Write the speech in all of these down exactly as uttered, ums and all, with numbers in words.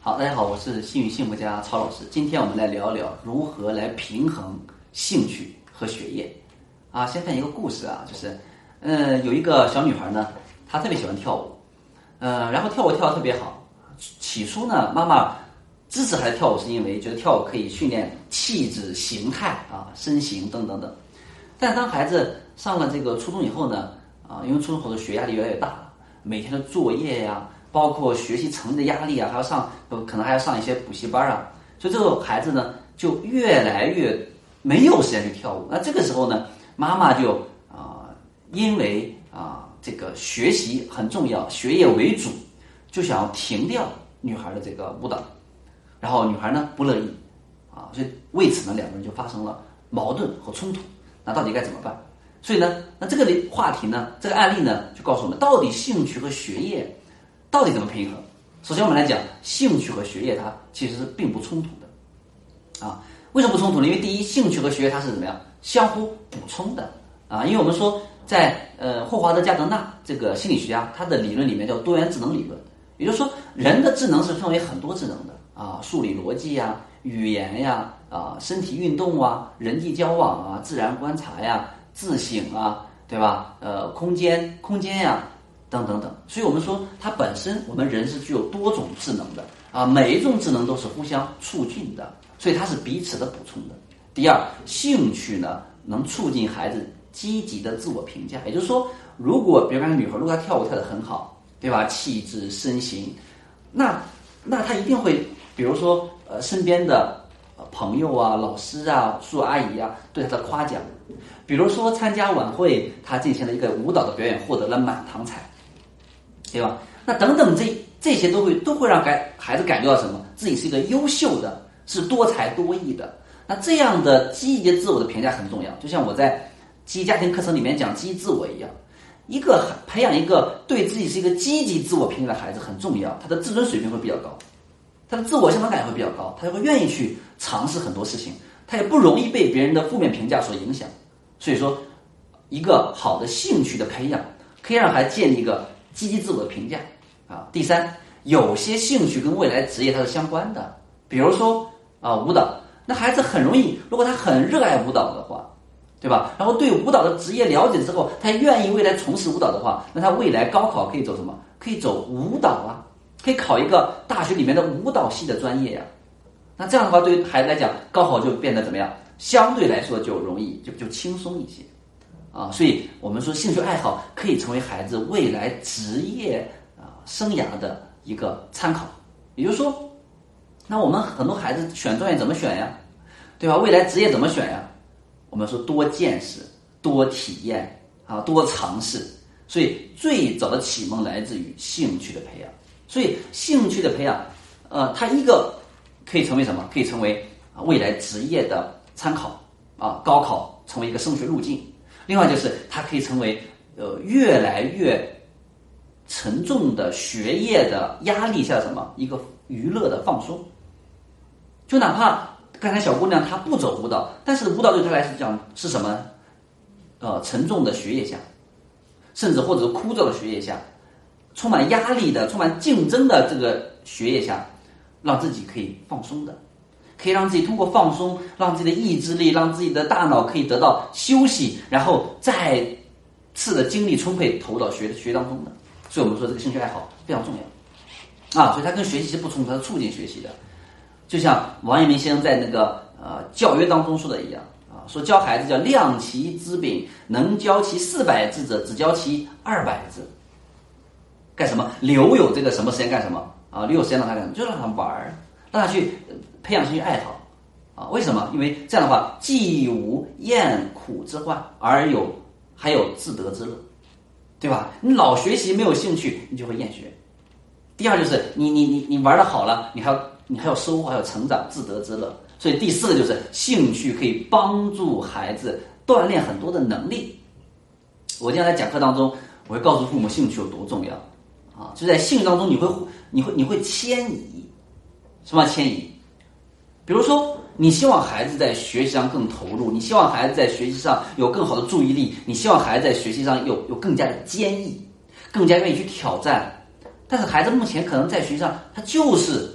好，大家好，我是幸运幸福家曹老师。今天我们来聊聊如何来平衡兴趣和学业。啊，先看一个故事啊，就是，呃，有一个小女孩呢，她特别喜欢跳舞，呃，然后跳舞跳得特别好。起初呢，妈妈支持孩子跳舞，是因为觉得跳舞可以训练气质、形态啊、身形等等等。但当孩子上了这个初中以后呢，啊，因为初中后的学压力越来越大了，每天的作业呀、啊。包括学习成绩的压力啊，还要上，可能还要上一些补习班啊，所以这个孩子呢，就越来越没有时间去跳舞。那这个时候呢，妈妈就啊、呃，因为啊、呃、这个学习很重要，学业为主，就想要停掉女孩的这个舞蹈，然后女孩呢不乐意啊，所以为此呢，两个人就发生了矛盾和冲突。那到底该怎么办？所以呢，那这个话题呢，这个案例呢，就告诉我们，到底兴趣和学业到底怎么平衡？首先我们来讲，兴趣和学业它其实是并不冲突的，啊，为什么不冲突呢？因为第一，兴趣和学业它是怎么样相互补充的啊？因为我们说在呃霍华德加德纳这个心理学家他的理论里面叫多元智能理论，也就是说人的智能是分为很多智能的啊，数理逻辑呀、语言呀、啊身体运动啊、人际交往啊、自然观察呀、自省啊，对吧？呃，空间空间呀。等等等，所以我们说它本身我们人是具有多种智能的啊，每一种智能都是互相促进的，所以它是彼此的补充的。第二，兴趣呢能促进孩子积极的自我评价，也就是说，如果比如说女孩，如果她跳舞跳得很好，对吧？气质身形，那那她一定会，比如说呃身边的朋友啊、老师啊、叔叔阿姨啊对她的夸奖，比如说参加晚会，她进行了一个舞蹈的表演，获得了满堂彩。对吧？那等等这这些都会都会让孩孩子感觉到什么？自己是一个优秀的，是多才多艺的。那这样的积极自我的评价很重要。就像我在积极家庭课程里面讲积极自我一样，一个培养一个对自己是一个积极自我评价的孩子很重要，他的自尊水平会比较高，他的自我相当感会比较高，他就会愿意去尝试很多事情，他也不容易被别人的负面评价所影响。所以说，一个好的兴趣的培养，可以让孩子建立一个积极自我的评价啊。第三，有些兴趣跟未来职业它是相关的，比如说啊舞蹈，那孩子很容易，如果他很热爱舞蹈的话，对吧？然后对舞蹈的职业了解之后，他愿意未来从事舞蹈的话，那他未来高考可以走什么？可以走舞蹈啊，可以考一个大学里面的舞蹈系的专业呀、啊。那这样的话，对于孩子来讲，高考就变得怎么样？相对来说就容易，就就轻松一些。啊，所以我们说兴趣爱好可以成为孩子未来职业啊生涯的一个参考。也就是说，那我们很多孩子选专业怎么选呀？对吧？未来职业怎么选呀？我们说多见识、多体验啊、多尝试。所以最早的启蒙来自于兴趣的培养。所以兴趣的培养，呃，它一个可以成为什么？可以成为啊未来职业的参考啊，高考成为一个升学路径。另外就是它可以成为呃越来越沉重的学业的压力下什么一个娱乐的放松。就哪怕刚才小姑娘她不走舞蹈，但是舞蹈对她来讲是什么？呃，沉重的学业下，甚至或者枯燥的学业下，充满压力的、充满竞争的这个学业下，让自己可以放松的。可以让自己通过放松，让自己的意志力，让自己的大脑可以得到休息，然后再次的精力充沛投入到学学当中的。所以我们说这个兴趣爱好非常重要啊，所以它跟学习是不冲突，它是促进学习的。就像王阳明先生在那个呃教约当中说的一样啊，说教孩子叫量其资禀，能教其四百字者，只教其二百字。干什么？留有这个什么时间干什么啊？留有时间让他干什么？就让他玩儿。让他去培养兴趣爱好啊？为什么？因为这样的话，既无厌苦之患，而有还有自得之乐，对吧？你老学习没有兴趣，你就会厌学。第二就是你你你你玩得好了，你还要你还有收获，还有成长，自得之乐。所以第四个就是兴趣可以帮助孩子锻炼很多的能力。我经常在讲课当中，我会告诉父母兴趣有多重要啊！就在兴趣当中，你会你会你会迁移。什么迁移？比如说，你希望孩子在学习上更投入，你希望孩子在学习上有更好的注意力，你希望孩子在学习上有有更加的坚毅，更加愿意去挑战。但是孩子目前可能在学习上他就是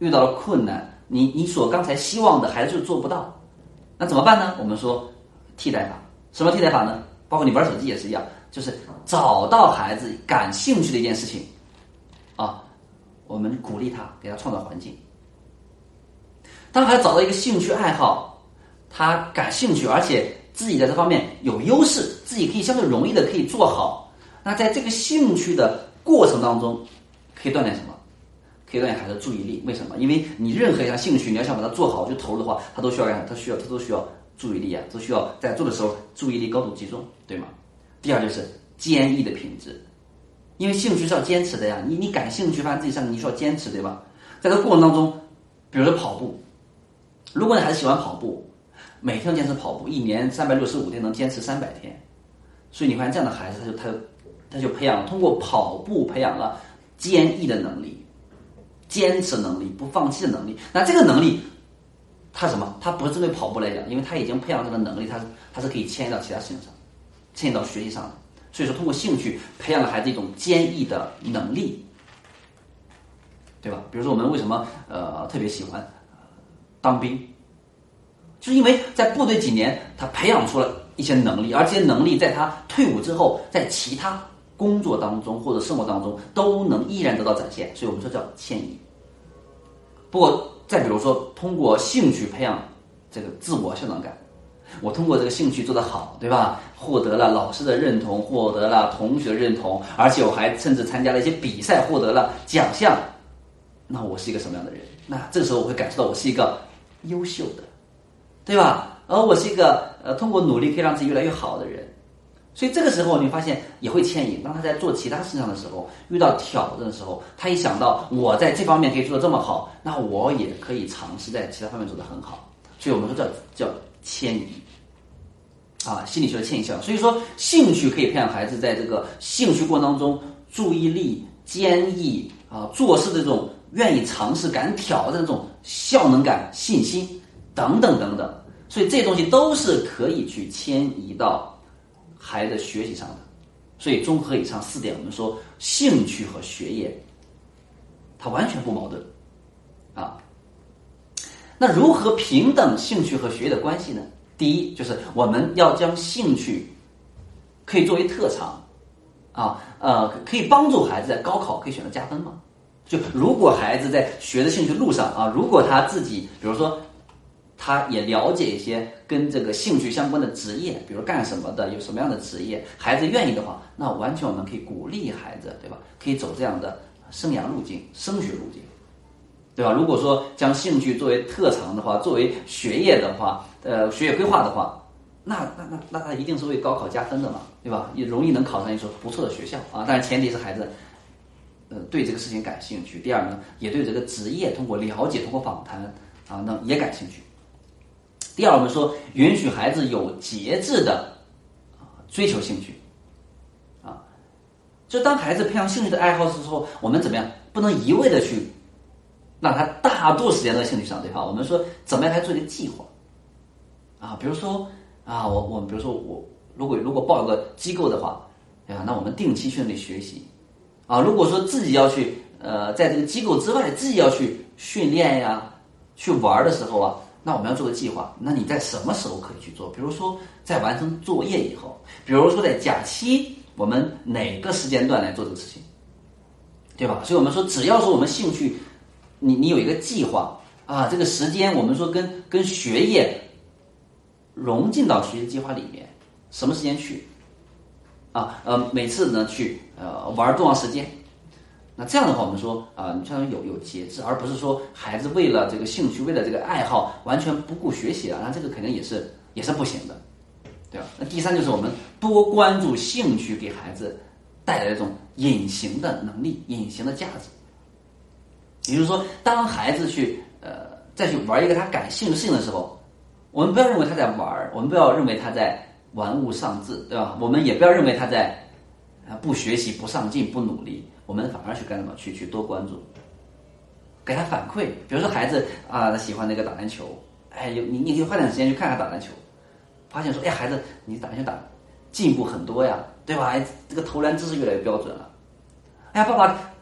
遇到了困难，你你所刚才希望的孩子就做不到，那怎么办呢？我们说替代法。什么替代法呢？包括你玩手机也是一样，就是找到孩子感兴趣的一件事情啊，我们鼓励他，给他创造环境。当孩子找到一个兴趣爱好，他感兴趣，而且自己在这方面有优势，自己可以相对容易的可以做好，那在这个兴趣的过程当中，可以锻炼什么？可以锻炼孩子的注意力。为什么？因为你任何一项兴趣，你要想把它做好就投入的话，他都需要干啥？他需要他都需要注意力啊，都需要在做的时候注意力高度集中，对吗？第二就是坚毅的品质，因为兴趣是要坚持的呀。你你感兴趣，发现自己上你需要坚持，对吧？在这个过程当中，比如说跑步，如果你孩子喜欢跑步，每天坚持跑步，一年三百六十五天能坚持三百天，所以你发现这样的孩子，他就他他就培养了通过跑步培养了坚毅的能力、坚持能力、不放弃的能力。那这个能力，他什么？他不是针对跑步来讲，因为他已经培养这个能力，他他是可以迁移到其他事情上，迁移到学习上的。所以说，通过兴趣培养了孩子一种坚毅的能力，对吧？比如说我们为什么呃特别喜欢当兵，就是因为在部队几年，他培养出了一些能力，而这些能力在他退伍之后，在其他工作当中或者生活当中都能依然得到展现，所以我们说叫迁移。不过再比如说，通过兴趣培养这个自我效能感，我通过这个兴趣做得好，对吧？获得了老师的认同，获得了同学的认同，而且我还甚至参加了一些比赛，获得了奖项。那我是一个什么样的人？那这个时候我会感受到我是一个优秀的，对吧？而我是一个呃通过努力可以让自己越来越好的人。所以这个时候你发现也会牵引，当他在做其他事情的时候，遇到挑战的时候，他一想到我在这方面可以做得这么好，那我也可以尝试在其他方面做得很好。所以我们说叫叫迁移啊，心理学的迁移效应。所以说兴趣可以培养孩子在这个兴趣过程当中注意力、坚毅啊，做事的这种愿意尝试、敢挑战这种效能感、信心等等等等。所以这些东西都是可以去迁移到孩子学习上的。所以综合以上四点，我们说兴趣和学业它完全不矛盾啊。那如何平等兴趣和学业的关系呢？第一，就是我们要将兴趣可以作为特长啊，呃，可以帮助孩子在高考可以选择加分吗？就如果孩子在学的兴趣路上啊，如果他自己比如说他也了解一些跟这个兴趣相关的职业，比如干什么的，有什么样的职业，孩子愿意的话，那完全我们可以鼓励孩子，对吧？可以走这样的生涯路径、升学路径，对吧？如果说将兴趣作为特长的话，作为学业的话，呃，学业规划的话，那那那那他一定是为高考加分的嘛，对吧？也容易能考上一所不错的学校啊。但是前提是孩子，呃，对这个事情感兴趣。第二呢，也对这个职业通过了解、通过访谈啊，那也感兴趣。第二，我们说允许孩子有节制的啊追求兴趣，啊，就当孩子培养兴趣的爱好的时候，我们怎么样？不能一味的去让他大多时间都在兴趣上，对吧？我们说怎么样来做一个计划，啊，比如说啊，我我比如说我如果如果报一个机构的话，对吧？那我们定期去那里学习，啊，如果说自己要去呃在这个机构之外自己要去训练呀、去玩的时候啊。那我们要做个计划，那你在什么时候可以去做？比如说在完成作业以后，比如说在假期，我们哪个时间段来做这个事情，对吧？所以我们说，只要说我们兴趣，你你有一个计划啊，这个时间我们说跟跟学业融进到学习计划里面，什么时间去啊？呃，每次呢去呃玩多长时间？那这样的话，我们说啊，你相当于有有节制，而不是说孩子为了这个兴趣，为了这个爱好，完全不顾学习了，那这个肯定也是也是不行的，对吧？那第三就是我们多关注兴趣给孩子带来的这种隐形的能力、隐形的价值。也就是说，当孩子去呃再去玩一个他感兴趣的事情的时候，我们不要认为他在玩，我们不要认为他在玩物丧志，对吧？我们也不要认为他在啊不学习、不上进、不努力。我们反而去干什么？去去多关注，给他反馈。比如说孩子啊，他喜欢那个打篮球，哎，有你你可以花点时间去看看打篮球，发现说，哎，孩子你打篮球打进步很多呀，对吧？哎，这个投篮姿势越来越标准了。哎呀，爸爸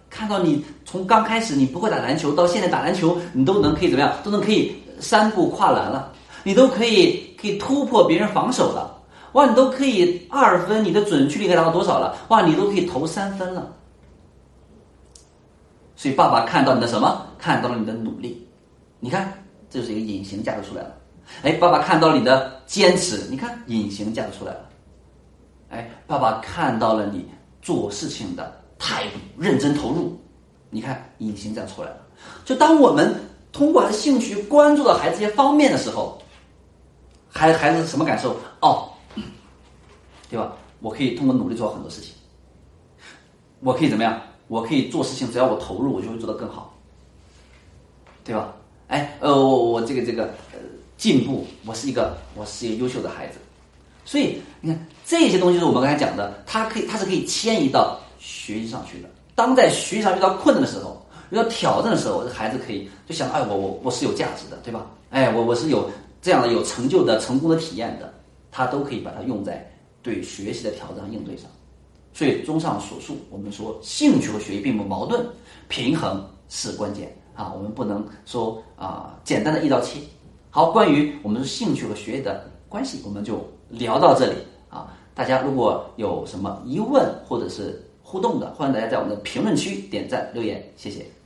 看到你从刚开始你不会打篮球，到现在打篮球你都能可以怎么样，都能可以三步跨栏了，你都可以可以突破别人防守了，哇，你都可以二分，你的准确率可以达到多少了？哇，你都可以投三分了。所以爸爸看到你的什么？看到了你的努力，你看，这就是一个隐形价值出来了。哎，爸爸看到了你的坚持，你看隐形价值出来了。哎，爸爸看到了你做事情的态度，认真投入，你看隐形价值出来了。就当我们通过他的兴趣关注到孩子这些方面的时候，孩孩子什么感受？哦，对吧？我可以通过努力做很多事情，我可以怎么样？我可以做事情，只要我投入，我就会做得更好，对吧？哎，呃，我我这个这个呃进步，我是一个我是一个优秀的孩子，所以你看这些东西是我们刚才讲的，它可以它是可以迁移到学习上去的。当在学习上遇到困难的时候，遇到挑战的时候，这孩子可以就想，哎，我我我是有价值的，对吧？哎，我我是有这样的有成就的、成功的体验的，他都可以把它用在对学习的挑战和应对上。所以综上所述，我们说兴趣和学习并不矛盾，平衡是关键啊！我们不能说啊简单的一刀切。好，关于我们兴趣和学习的关系，我们就聊到这里啊！大家如果有什么疑问或者是互动的，欢迎大家在我们的评论区点赞留言，谢谢。